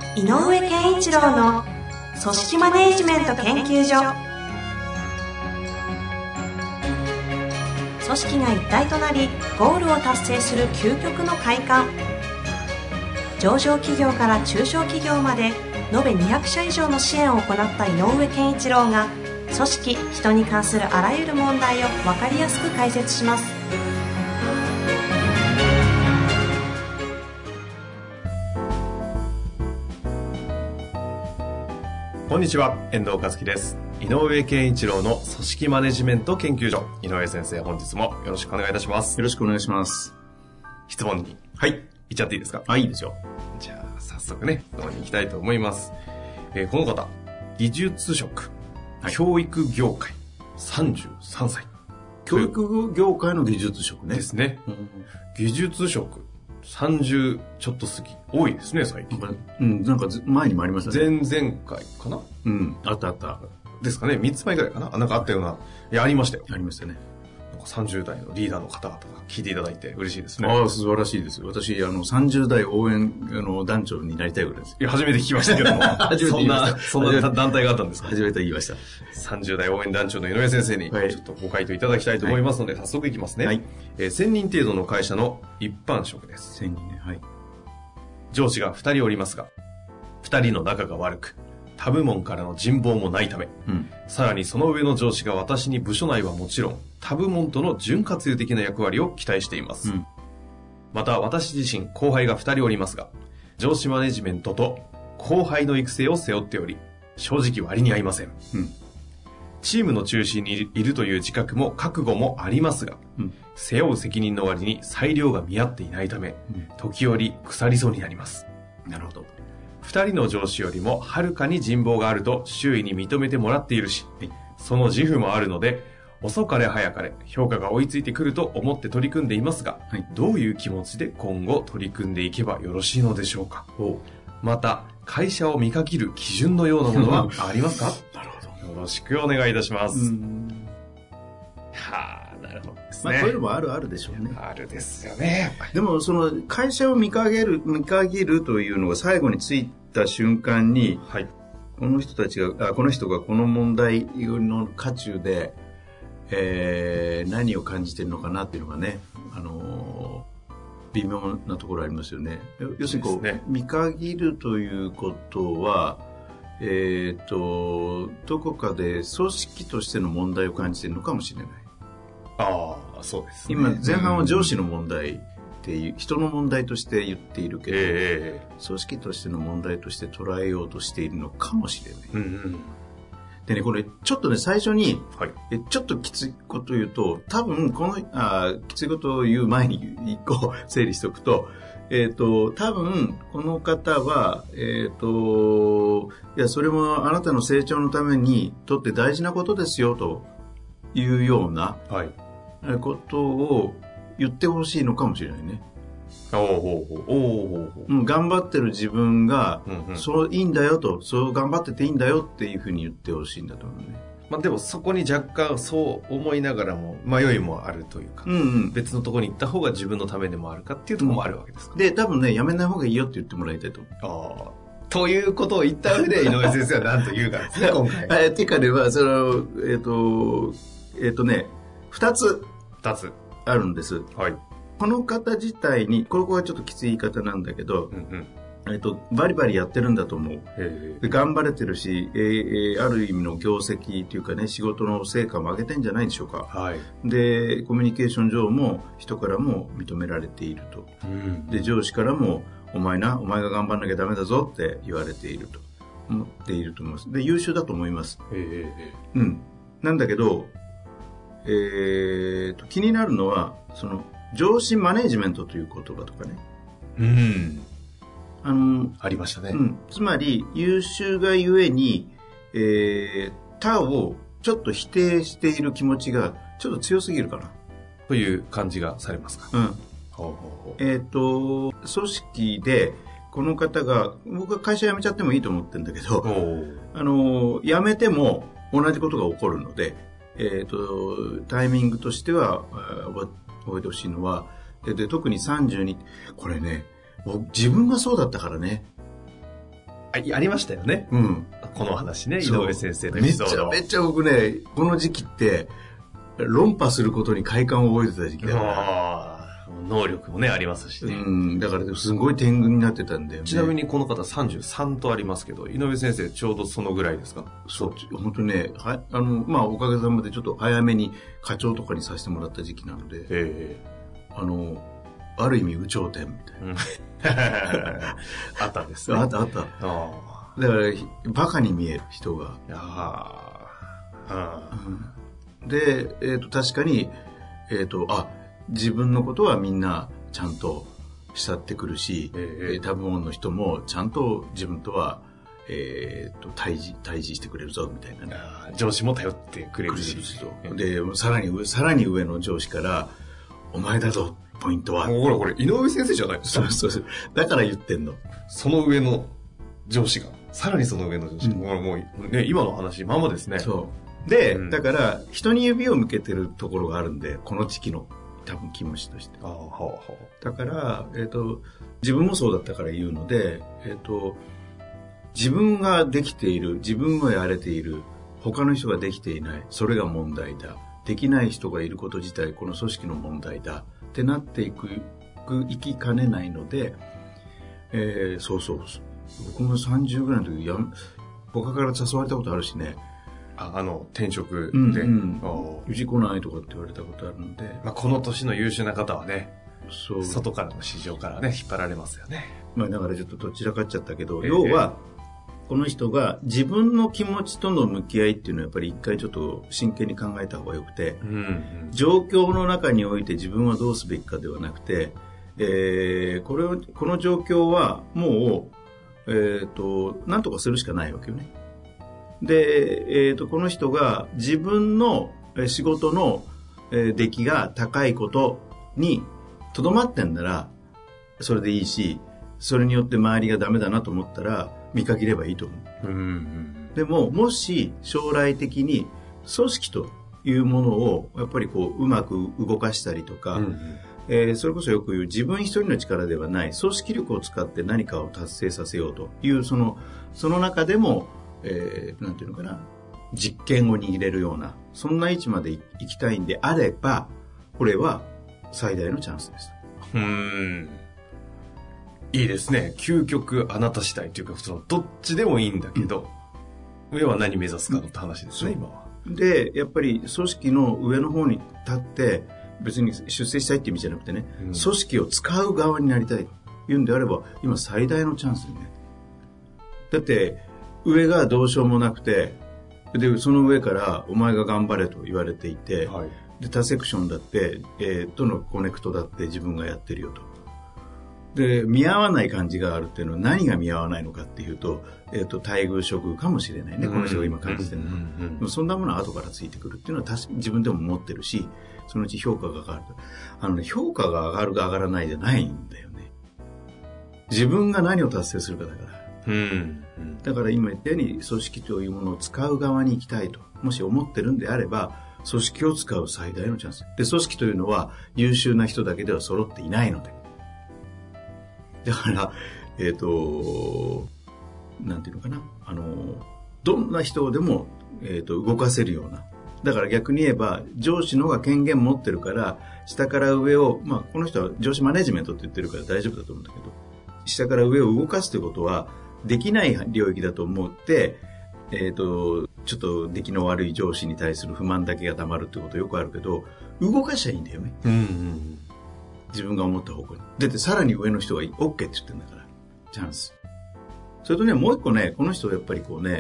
井上健一郎の組織マネジメント研究所。組織が一体となりゴールを達成する究極の快感。上場企業から中小企業まで延べ200社以上の支援を行った井上健一郎が、組織・人に関するあらゆる問題を分かりやすく解説します。 こんにちは、遠藤和樹です。井上健一郎の組織マネジメント研究所。井上先生、本日もよろしくお願いいたします。 よろしくお願いします。 質問にいっちゃっていいですか？ いいですよ。 じゃあ早速ね、質問に行きたいと思います。この方、技術職、教育業界33歳。 教育業界の技術職ね。 ですね。技術職30ちょっと過ぎ。多いですね、最近。 なんか前にもありましたね。 前々回かな？ あった。 ですかね。3つ前ぐらいかな。なんかあったような。いや、ありましたよ。 ありましたね。 なんか30代のリーダーの方々が聞いていただいて嬉しいですね。 素晴らしいです。私、30代応援団長になりたいぐらいです。 いや、初めて聞きましたけども。 初めて言いました。 そんな団体があったんですか？ 初めて言いました。 30代応援団長の井上先生に、ちょっとご回答いただきたいと思いますので、早速いきますね。1000人程度の会社の一般職です。 1000人ね。 上司が2人おりますが、2人の仲が悪く、他部門からの人望もないため、さらにその上の上司が私に部署内はもちろん、他部門との潤滑油的な役割を期待しています。また私自身後輩が2人おりますが、上司マネジメントと後輩の育成を背負っており、正直割に合いません。チームの中心にいるという自覚も覚悟もありますが、背負う責任の割に裁量が見合っていないため、時折腐りそうになります。 なるほど。 2人の上司よりもはるかに人望があると周囲に認めてもらっているし、その自負もあるので、遅かれ早かれ評価が追いついてくると思って取り組んでいますが、どういう気持ちで今後取り組んでいけばよろしいのでしょうか。また会社を見限る基準のようなものはありますか？ なるほど。 よろしくお願いいたします。なるほどですね。 こういうのもあるでしょうね。 あるですよね。 でもその会社を見限るというのが最後についた瞬間に、この人がこの問題の渦中で、何を感じてるのかなっていうのがね、微妙なところありますよね。要するに見限るということは、どこかで組織としての問題を感じているのかもしれない。 そうですね。 今前半は上司の問題っていう人の問題として言っているけど、組織としての問題として捉えようとしているのかもしれない。でね、これちょっとね、最初に、ちょっときついこと言うと、多分きついことを言う前に一個整理しておくと、多分この方は、いや、それもあなたの成長のためにとって大事なことですよというようなことを言ってほしいのかもしれないね。頑張ってる自分が、そういいんだよと、そう頑張ってていいんだよっていうふうに言ってほしいんだと思うね。 でもそこに若干そう思いながらも迷いもあるというか、別のところに行った方が自分のためでもあるかっていうところもあるわけですか。 で、多分ね、やめない方がいいよって言ってもらいたいと思う。 ということを言った上で井上先生は何と言うかですね、今回。 っていうかね、2つあるんです。この方自体に、ここはちょっときつい言い方なんだけど、バリバリやってるんだと思う。で頑張れてるし、ある意味の業績というかね、仕事の成果も上げてんじゃないでしょうか。で、コミュニケーション上も人からも認められていると。で、上司からも、お前が頑張んなきゃダメだぞって言われていると思っていると思います。で、優秀だと思います。なんだけど、気になるのは、その、上司マネジメントという言葉とかね。 ありましたね。 つまり、優秀がゆえに、他をちょっと否定している気持ちがちょっと強すぎるかな。 という感じがされますか。 組織で、この方が、僕は会社辞めちゃってもいいと思ってるんだけど、辞めても同じことが起こるので、タイミングとしては覚えてほしいのは、で特に32、これね、自分がそうだったからね。 ありましたよね。この話ね、井上先生のエピソード。 めっちゃ僕ね、この時期って、論破することに快感を覚えてた時期だから。 能力もね、ありますしね。 だからすごい天狗になってたんだよね。 ちなみにこの方33とありますけど、井上先生ちょうどそのぐらいですか？ そう、本当ね、おかげさまでちょっと早めに課長とかにさせてもらった時期なので、ある意味有頂天みたいな。 あったんですね。 あった。だから、バカに見える人が。で、確かに、自分のことはみんなちゃんと慕ってくるし、多分の人もちゃんと自分とは、対峙してくれるぞみたいなね。 上司も頼ってくれるし。 で、さらに上の上司から、お前だぞ、ポイントは。 これ、井上先生じゃないですか。 そう。だから言ってんの。 その上の上司が、さらにその上の上司が、もうね、今の話、ままですね。 そう。で、だから、人に指を向けてるところがあるんで、この時期の。多分気持ちとして。だから、自分もそうだったから言うので、自分ができている、自分がやれている、他の人ができていない、それが問題だ。できない人がいること自体、この組織の問題だ。ってなっていきかねないので、そう。僕も30ぐらいの時、他から誘われたことあるしね。 転職で。 うち来ないとかって言われたことあるので。 この年の優秀な方はね、外からの市場からね、引っ張られますよね。 だからちょっとどちらかっちゃったけど、要は、この人が自分の気持ちとの向き合いっていうのはやっぱり一回ちょっと真剣に考えた方がよくて、状況の中において自分はどうすべきかではなくて、この状況はもう、なんとかするしかないわけよね。で、この人が自分の仕事の出来が高いことにとどまってんなら、それでいいし、それによって周りがダメだなと思ったら見限ればいいと思う。でも、もし将来的に組織というものをやっぱりうまく動かしたりとか、それこそよく言う自分一人の力ではない組織力を使って何かを達成させようというその中でもなんていうのかな、実験を握れるような、そんな位置まで行きたいんであれば、これは最大のチャンスです。 いいですね。究極あなた次第というか、どっちでもいいんだけど、上は何目指すかのって話ですね、今は。 で、やっぱり組織の上の方に立って、別に出世したいって意味じゃなくてね、組織を使う側になりたいというんであれば、今最大のチャンスね。だって、上がどうしようもなくて、でその上からお前が頑張れと言われていて、で他セクションだって、とのコネクトだって自分がやってるよと。で見合わない感じがあるっていうのは何が見合わないのかっていうと、待遇処遇かもしれないね、この人が今感じてるのは。そんなものは後からついてくるっていうのは自分でも思ってるし、そのうち評価が上がると。評価が上がるか上がらないじゃないんだよね。自分が何を達成するかだから。だから今言ったように組織というものを使う側に行きたいともし思ってるんであれば、組織を使う最大のチャンスで、組織というのは優秀な人だけでは揃っていないので、だからなんていうのかな、どんな人でも、動かせるような、だから逆に言えば上司の方が権限持ってるから下から上を、この人は上司マネジメントって言ってるから大丈夫だと思うんだけど、下から上を動かすということはできない領域だと思って、ちょっと出来の悪い上司に対する不満だけがたまるってことよくあるけど、動かしちゃいいんだよね。自分が思った方向に。だってさらに上の人が OK って言ってるんだから、チャンス。それとね、もう一個ね、この人はやっぱりこ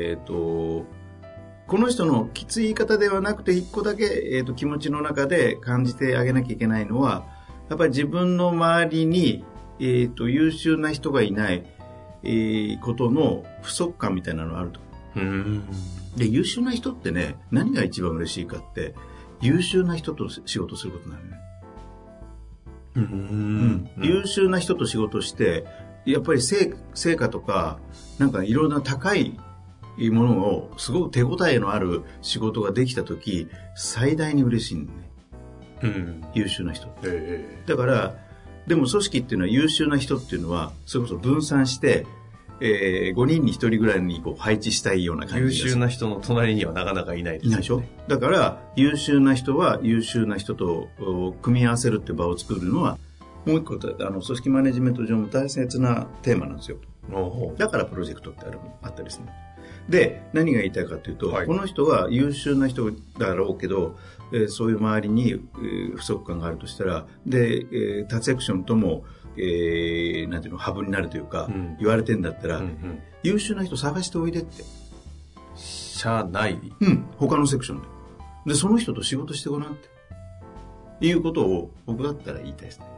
の人のきつい言い方ではなくて、一個だけ、気持ちの中で感じてあげなきゃいけないのは、やっぱり自分の周りに、優秀な人がいない、ことの不足感みたいなのがあると。で、優秀な人ってね、何が一番嬉しいかって、優秀な人と仕事することになるね。優秀な人と仕事して、やっぱり成果とか、なんかいろんな高いものを、すごく手応えのある仕事ができたとき、最大に嬉しいんだね。優秀な人。だから、でも組織っていうのは優秀な人っていうのは、それこそ分散して、 5人に1人ぐらいにこう配置したいような感じ優秀な人の隣にはなかなかいないですよね。 いないでしょ。だから優秀な人は優秀な人と組み合わせるって場を作るのはもう一個組織マネジメント上も大切なテーマなんですよ。だからプロジェクトってあったりする。で何が言いたいかというと、この人は優秀な人だろうけど、そういう周りに、不足感があるとしたらで、他セクションともなんていうのハブになるというか、言われてんだったら、優秀な人探しておいでって社内他のセクションでその人と仕事してごらんっていうことを僕だったら言いたいですね。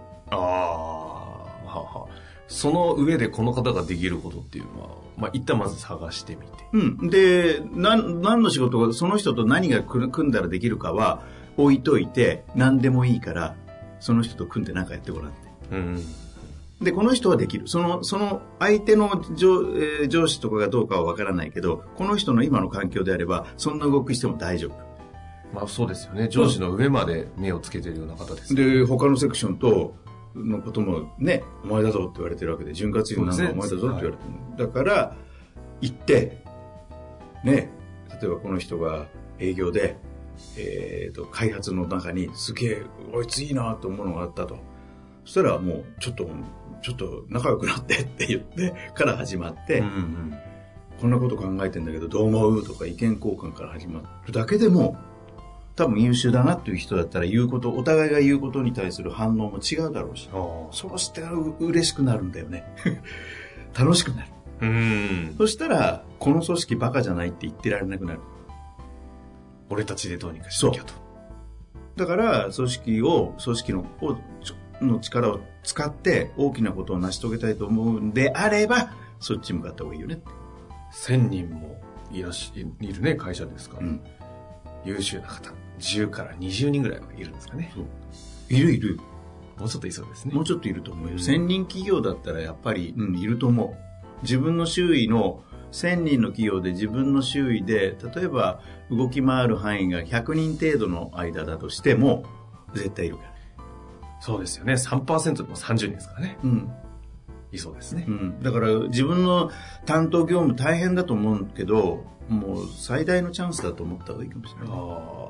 その上でこの方ができることっていうのは、一旦まず探してみて、で何の仕事がその人と何が組んだらできるかは置いといて、何でもいいからその人と組んで何かやってごらんって、でこの人はできる、その相手の上司とかがどうかは分からないけど、この人の今の環境であればそんな動きしても大丈夫。 そうですよね。上司の上まで目をつけてるような方です、 で他のセクションとのこともね、お前だぞって言われてるわけで、潤滑油なんかお前だぞって言われてる、だから行ってね、例えばこの人が営業で、開発の中にすげえこいついいなと思うのがあったと、そしたらもうちょっと仲良くなってって言ってから始まって、こんなこと考えてんだけどどう思うとか意見交換から始まるだけでも、多分優秀だなっていう人だったらお互いが言うことに対する反応も違うだろうし、そうして嬉しくなるんだよね楽しくなる。そしたらこの組織バカじゃないって言ってられなくなる。 俺たちでどうにかしなきゃと。 だから組織の力を使って大きなことを成し遂げたいと思うんであれば、そっち向かった方がいいよね。 1000人もいるね、会社ですから、優秀な方10から20人ぐらいはいるんですかね。 いるもうちょっといそうですね。 もうちょっといると思うよ。1000人企業だったらやっぱり、いると思う。自分の周囲の1000人の企業で自分の周囲で例えば動き回る範囲が100人程度の間だとしても絶対いるから。 そうですよね。 3% でも30人ですからね。いそうですね。 だから自分の担当業務大変だと思うけど、もう最大のチャンスだと思った方がいいかもしれない。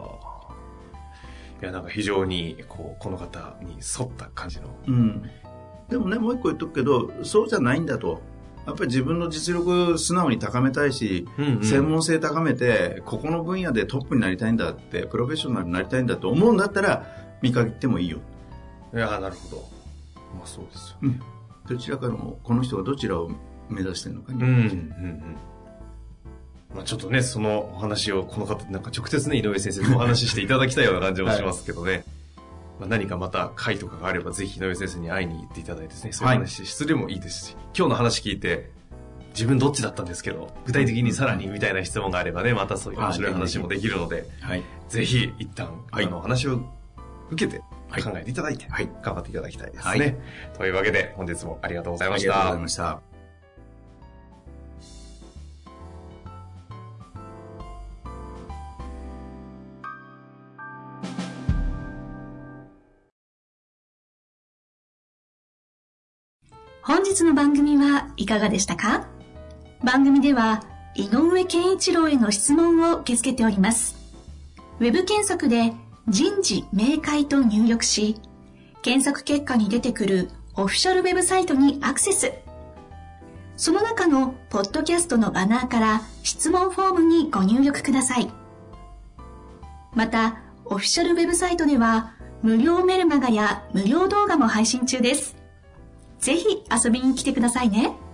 いや、なんか非常にこの方に沿った感じの、 でもね、もう一個言っとくけど、そうじゃないんだと。やっぱり自分の実力を素直に高めたいし、専門性高めてここの分野でトップになりたいんだって、プロフェッショナルになりたいんだと思うんだったら見限ってもいいよ。 いや、なるほど。そうですよね。 どちらかのこの人がどちらを目指してるのかに、 ちょっとね、そのお話をこの方なんか直接ね、井上先生とお話ししていただきたいような感じもしますけどね、何かまた会とかがあればぜひ井上先生に会いに行っていただいてですね、そういう話するもいいですし、今日の話聞いて自分どっちだったんですけど具体的にさらにみたいな質問があればね、またそういう面白い話もできるので、ぜひ一旦お話を受けて考えていただいて、頑張っていただきたいですね。というわけで本日もありがとうございました。 ありがとうございました。 本日の番組はいかがでしたか？番組では井上健一郎への質問を受け付けております。ウェブ検索で人事明快と入力し、検索結果に出てくるオフィシャルウェブサイトにアクセス。その中のポッドキャストのバナーから質問フォームにご入力ください。また、オフィシャルウェブサイトでは無料メルマガや無料動画も配信中です。ぜひ遊びに来てくださいね。